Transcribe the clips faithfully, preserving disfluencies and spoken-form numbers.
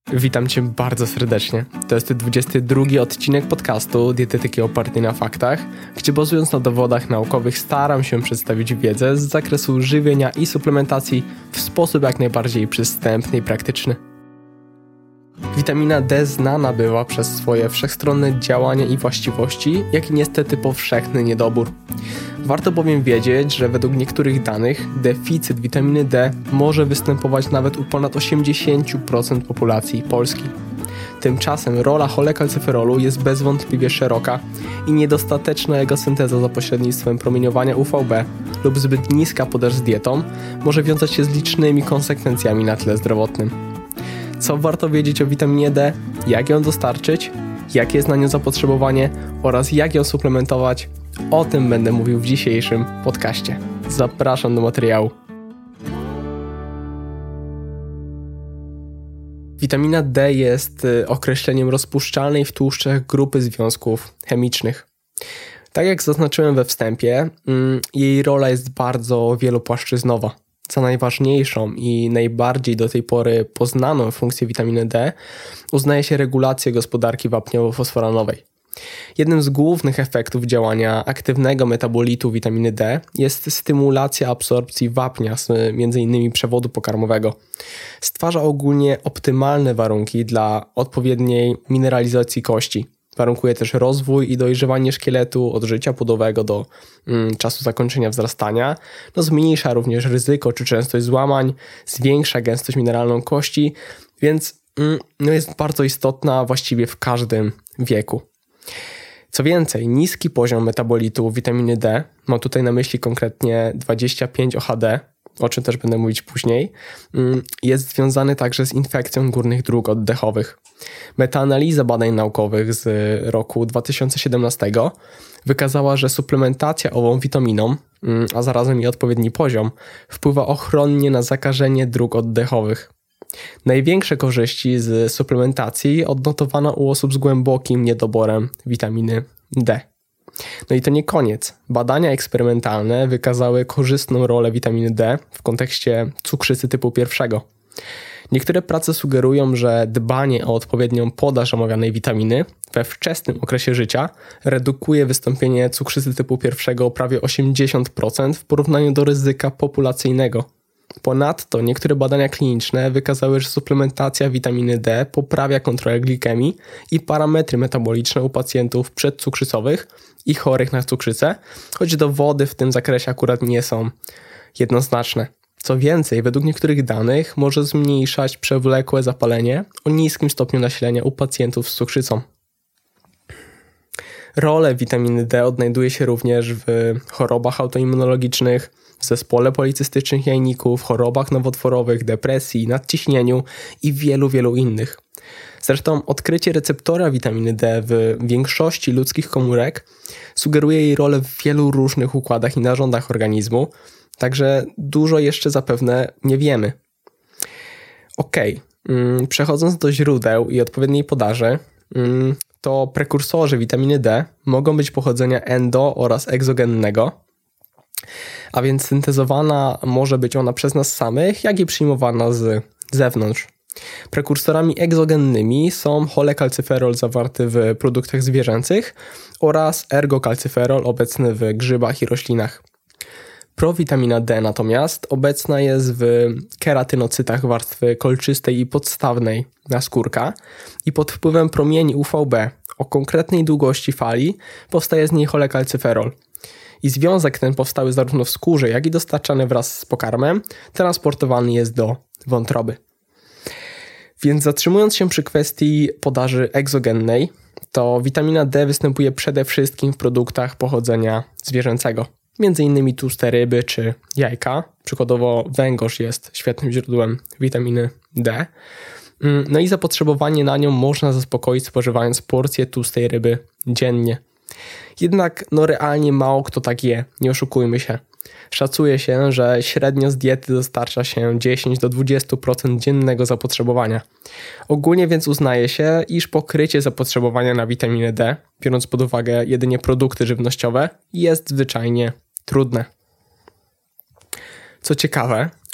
Witam Cię bardzo serdecznie. To jest dwudziesty drugi odcinek podcastu Dietetyki opartej na faktach, gdzie bazując na dowodach naukowych staram się przedstawić wiedzę z zakresu żywienia i suplementacji w sposób jak najbardziej przystępny i praktyczny. Witamina D znana była przez swoje wszechstronne działania i właściwości, jak i niestety powszechny niedobór. Warto bowiem wiedzieć, że według niektórych danych deficyt witaminy D może występować nawet u ponad osiemdziesiąt procent populacji Polski. Tymczasem rola cholekalcyferolu jest bezwątpliwie szeroka i niedostateczna jego synteza za pośrednictwem promieniowania U V B lub zbyt niska podaż z dietą może wiązać się z licznymi konsekwencjami na tle zdrowotnym. Co warto wiedzieć o witaminie D, jak ją dostarczyć, jakie jest na nią zapotrzebowanie oraz jak ją suplementować, o tym będę mówił w dzisiejszym podcaście. Zapraszam do materiału. Witamina D jest określeniem rozpuszczalnej w tłuszczach grupy związków chemicznych. Tak jak zaznaczyłem we wstępie, jej rola jest bardzo wielopłaszczyznowa. Za najważniejszą i najbardziej do tej pory poznaną funkcję witaminy D uznaje się regulację gospodarki wapniowo-fosforanowej. Jednym z głównych efektów działania aktywnego metabolitu witaminy D jest stymulacja absorpcji wapnia z między innymi przewodu pokarmowego. Stwarza ogólnie optymalne warunki dla odpowiedniej mineralizacji kości. Warunkuje też rozwój i dojrzewanie szkieletu od życia płodowego do mm, czasu zakończenia wzrastania. No, zmniejsza również ryzyko czy częstość złamań, zwiększa gęstość mineralną kości, więc mm, no jest bardzo istotna właściwie w każdym wieku. Co więcej, niski poziom metabolitu witaminy D, mam tutaj na myśli konkretnie dwadzieścia pięć O H D, o czym też będę mówić później, jest związany także z infekcją górnych dróg oddechowych. Metaanaliza badań naukowych z roku dwa tysiące siedemnastego wykazała, że suplementacja ową witaminą, a zarazem i odpowiedni poziom, wpływa ochronnie na zakażenie dróg oddechowych. Największe korzyści z suplementacji odnotowano u osób z głębokim niedoborem witaminy D. No i to nie koniec. Badania eksperymentalne wykazały korzystną rolę witaminy D w kontekście cukrzycy typu pierwszego. Niektóre prace sugerują, że dbanie o odpowiednią podaż omawianej witaminy we wczesnym okresie życia redukuje wystąpienie cukrzycy typu pierwszego o prawie osiemdziesiąt procent w porównaniu do ryzyka populacyjnego. Ponadto niektóre badania kliniczne wykazały, że suplementacja witaminy D poprawia kontrolę glikemii i parametry metaboliczne u pacjentów przedcukrzycowych i chorych na cukrzycę, choć dowody w tym zakresie akurat nie są jednoznaczne. Co więcej, według niektórych danych może zmniejszać przewlekłe zapalenie o niskim stopniu nasilenia u pacjentów z cukrzycą. Rolę witaminy D odnajduje się również w chorobach autoimmunologicznych, w zespole policystycznych jajników, chorobach nowotworowych, depresji, nadciśnieniu i wielu, wielu innych. Zresztą odkrycie receptora witaminy D w większości ludzkich komórek sugeruje jej rolę w wielu różnych układach i narządach organizmu, także dużo jeszcze zapewne nie wiemy. Okej, okay. Przechodząc do źródeł i odpowiedniej podaży, to prekursorzy witaminy D mogą być pochodzenia endo- oraz egzogennego, a więc syntezowana może być ona przez nas samych, jak i przyjmowana z zewnątrz. Prekursorami egzogennymi są cholekalcyferol zawarty w produktach zwierzęcych oraz ergokalcyferol obecny w grzybach i roślinach. Prowitamina D natomiast obecna jest w keratynocytach warstwy kolczystej i podstawnej naskórka i pod wpływem promieni U V B o konkretnej długości fali powstaje z niej cholekalcyferol. I związek ten powstały zarówno w skórze, jak i dostarczany wraz z pokarmem, transportowany jest do wątroby. Więc zatrzymując się przy kwestii podaży egzogennej, to witamina D występuje przede wszystkim w produktach pochodzenia zwierzęcego. Między innymi tłuste ryby czy jajka. Przykładowo węgorz jest świetnym źródłem witaminy D. No i zapotrzebowanie na nią można zaspokoić spożywając porcję tłustej ryby dziennie. Jednak no realnie mało kto tak je, nie oszukujmy się. Szacuje się, że średnio z diety dostarcza się dziesięć do dwudziestu procent dziennego zapotrzebowania. Ogólnie więc uznaje się, iż pokrycie zapotrzebowania na witaminę D, biorąc pod uwagę jedynie produkty żywnościowe, jest zwyczajnie trudne. Co ciekawe,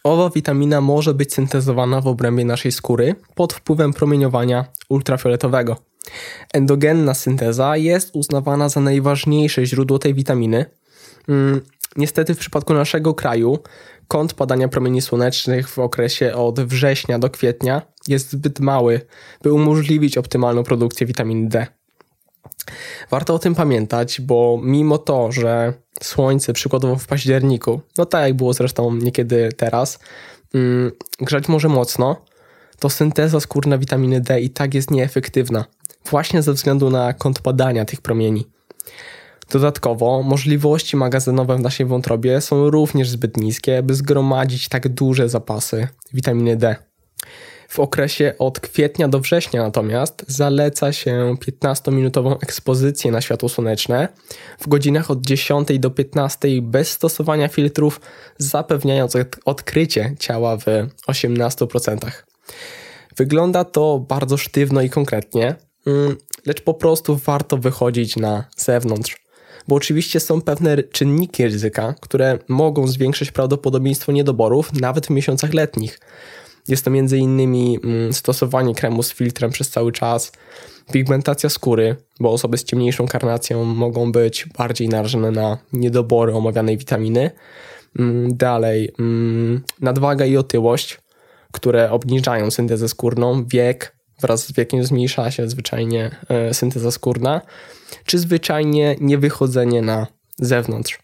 Owa witamina może być syntezowana w obrębie naszej skóry pod wpływem promieniowania ultrafioletowego. Endogenna synteza jest uznawana za najważniejsze źródło tej witaminy. Hmm, niestety w przypadku naszego kraju kąt padania promieni słonecznych w okresie od września do kwietnia jest zbyt mały, by umożliwić optymalną produkcję witaminy D. Warto o tym pamiętać, bo mimo to, że słońce przykładowo w październiku, no tak jak było zresztą niekiedy teraz, mm, grzać może mocno, to synteza skórna witaminy D i tak jest nieefektywna, właśnie ze względu na kąt padania tych promieni. Dodatkowo możliwości magazynowe w naszej wątrobie są również zbyt niskie, by zgromadzić tak duże zapasy witaminy D. W okresie od kwietnia do września natomiast zaleca się piętnastominutową ekspozycję na światło słoneczne w godzinach od dziesiątej do piętnastej bez stosowania filtrów, zapewniając odkrycie ciała w osiemnastu procentach. Wygląda to bardzo sztywno i konkretnie, lecz po prostu warto wychodzić na zewnątrz. Bo oczywiście są pewne czynniki ryzyka, które mogą zwiększyć prawdopodobieństwo niedoborów nawet w miesiącach letnich. Jest to między innymi stosowanie kremu z filtrem przez cały czas, pigmentacja skóry, bo osoby z ciemniejszą karnacją mogą być bardziej narażone na niedobory omawianej witaminy. Dalej, nadwaga i otyłość, które obniżają syntezę skórną, wiek, wraz z wiekiem zmniejsza się zwyczajnie synteza skórna, czy zwyczajnie niewychodzenie na zewnątrz.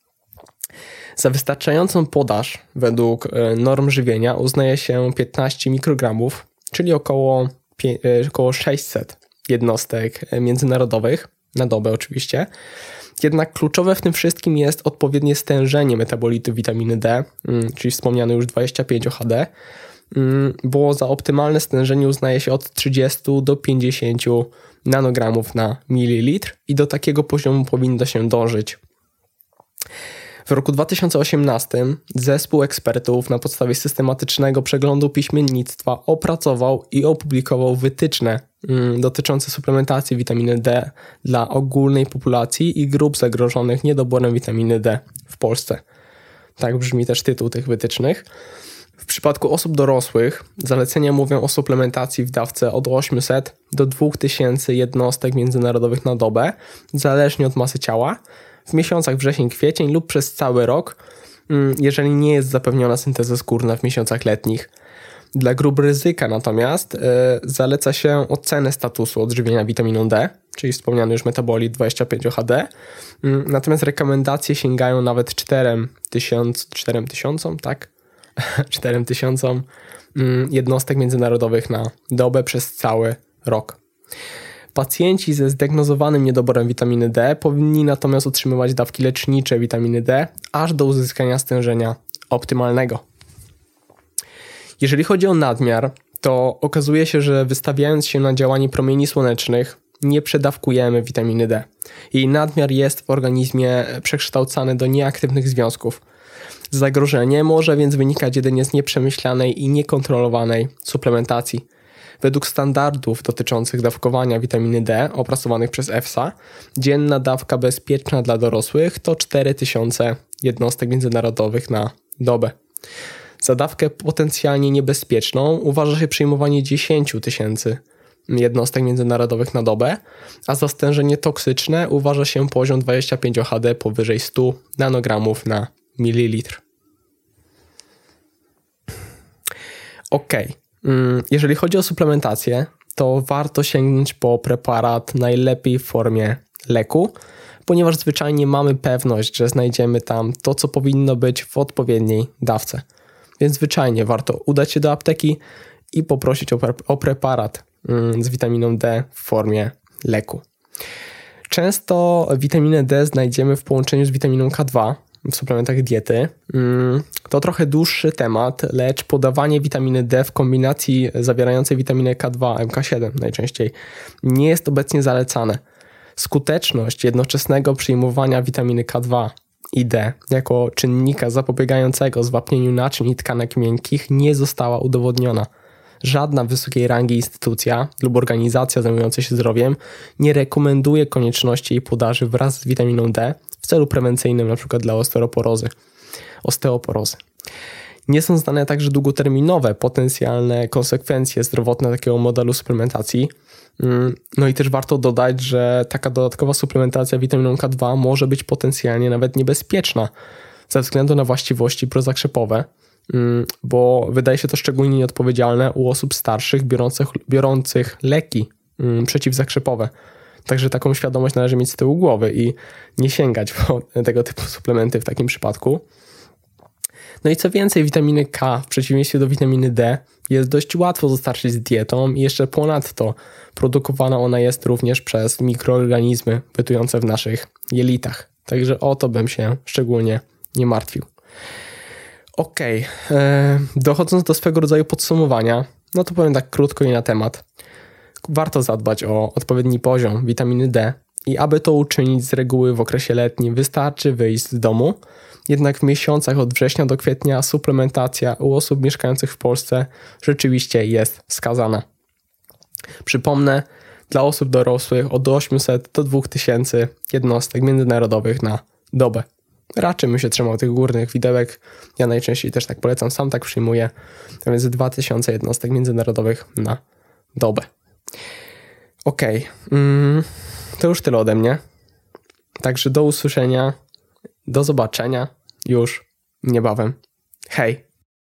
Za wystarczającą podaż według norm żywienia uznaje się piętnaście mikrogramów, czyli około, około sześćset jednostek międzynarodowych, na dobę oczywiście. Jednak kluczowe w tym wszystkim jest odpowiednie stężenie metabolitu witaminy D, czyli wspomniane już dwadzieścia pięć O H D, bo za optymalne stężenie uznaje się od trzydziestu do pięćdziesięciu nanogramów na mililitr i do takiego poziomu powinno się dążyć. W roku dwa tysiące osiemnastym zespół ekspertów na podstawie systematycznego przeglądu piśmiennictwa opracował i opublikował wytyczne mm, dotyczące suplementacji witaminy D dla ogólnej populacji i grup zagrożonych niedoborem witaminy D w Polsce. Tak brzmi też tytuł tych wytycznych. W przypadku osób dorosłych zalecenia mówią o suplementacji w dawce od osiemset do dwa tysiące jednostek międzynarodowych na dobę, zależnie od masy ciała, w miesiącach wrzesień, kwiecień lub przez cały rok, jeżeli nie jest zapewniona synteza skórna w miesiącach letnich. Dla grup ryzyka natomiast yy, zaleca się ocenę statusu odżywienia witaminą D, czyli wspomniany już metabolit dwadzieścia pięć O H D, yy, natomiast rekomendacje sięgają nawet cztery tysiące, tak? cztery tysiące yy, jednostek międzynarodowych na dobę przez cały rok. Pacjenci ze zdiagnozowanym niedoborem witaminy D powinni natomiast otrzymywać dawki lecznicze witaminy D aż do uzyskania stężenia optymalnego. Jeżeli chodzi o nadmiar, to okazuje się, że wystawiając się na działanie promieni słonecznych nie przedawkujemy witaminy D. Jej nadmiar jest w organizmie przekształcany do nieaktywnych związków. Zagrożenie może więc wynikać jedynie z nieprzemyślanej i niekontrolowanej suplementacji. Według standardów dotyczących dawkowania witaminy D opracowanych przez E F S A, dzienna dawka bezpieczna dla dorosłych to cztery tysiące jednostek międzynarodowych na dobę. Za dawkę potencjalnie niebezpieczną uważa się przyjmowanie dziesięć tysięcy jednostek międzynarodowych na dobę, a za stężenie toksyczne uważa się poziom dwadzieścia pięć O H D powyżej stu nanogramów na mililitr. Ok. Jeżeli chodzi o suplementację, to warto sięgnąć po preparat najlepiej w formie leku, ponieważ zwyczajnie mamy pewność, że znajdziemy tam to, co powinno być w odpowiedniej dawce. Więc zwyczajnie warto udać się do apteki i poprosić o, pre- o preparat z witaminą D w formie leku. Często witaminę D znajdziemy w połączeniu z witaminą K dwa w suplementach diety. To trochę dłuższy temat, lecz podawanie witaminy D w kombinacji zawierającej witaminę K dwa, M K siedem najczęściej nie jest obecnie zalecane. Skuteczność jednoczesnego przyjmowania witaminy K dwa i D jako czynnika zapobiegającego zwapnieniu naczyń i tkanek miękkich nie została udowodniona. Żadna wysokiej rangi instytucja lub organizacja zajmująca się zdrowiem nie rekomenduje konieczności jej podaży wraz z witaminą D w celu prewencyjnym, np. dla osteoporozy. osteoporozy. Nie są znane także długoterminowe potencjalne konsekwencje zdrowotne takiego modelu suplementacji. No i też warto dodać, że taka dodatkowa suplementacja witaminą K dwa może być potencjalnie nawet niebezpieczna ze względu na właściwości prozakrzepowe, bo wydaje się to szczególnie nieodpowiedzialne u osób starszych biorących, biorących leki przeciwzakrzepowe. Także taką świadomość należy mieć z tyłu głowy i nie sięgać po tego typu suplementy w takim przypadku. No i co więcej, witaminy K w przeciwieństwie do witaminy D jest dość łatwo dostarczyć z dietą i jeszcze ponadto produkowana ona jest również przez mikroorganizmy bytujące w naszych jelitach. Także o to bym się szczególnie nie martwił. Okej, okay. Dochodząc do swego rodzaju podsumowania, no to powiem tak krótko i na temat. Warto zadbać o odpowiedni poziom witaminy D i aby to uczynić z reguły w okresie letnim wystarczy wyjść z domu, jednak w miesiącach od września do kwietnia suplementacja u osób mieszkających w Polsce rzeczywiście jest wskazana. Przypomnę, dla osób dorosłych od osiemset do dwa tysiące jednostek międzynarodowych na dobę. Raczej bym się trzymał tych górnych widełek, ja najczęściej też tak polecam, sam tak przyjmuję, a więc dwa tysiące jednostek międzynarodowych na dobę. Okej, okay. mm, to już tyle ode mnie. Także do usłyszenia, do zobaczenia już niebawem. Hej!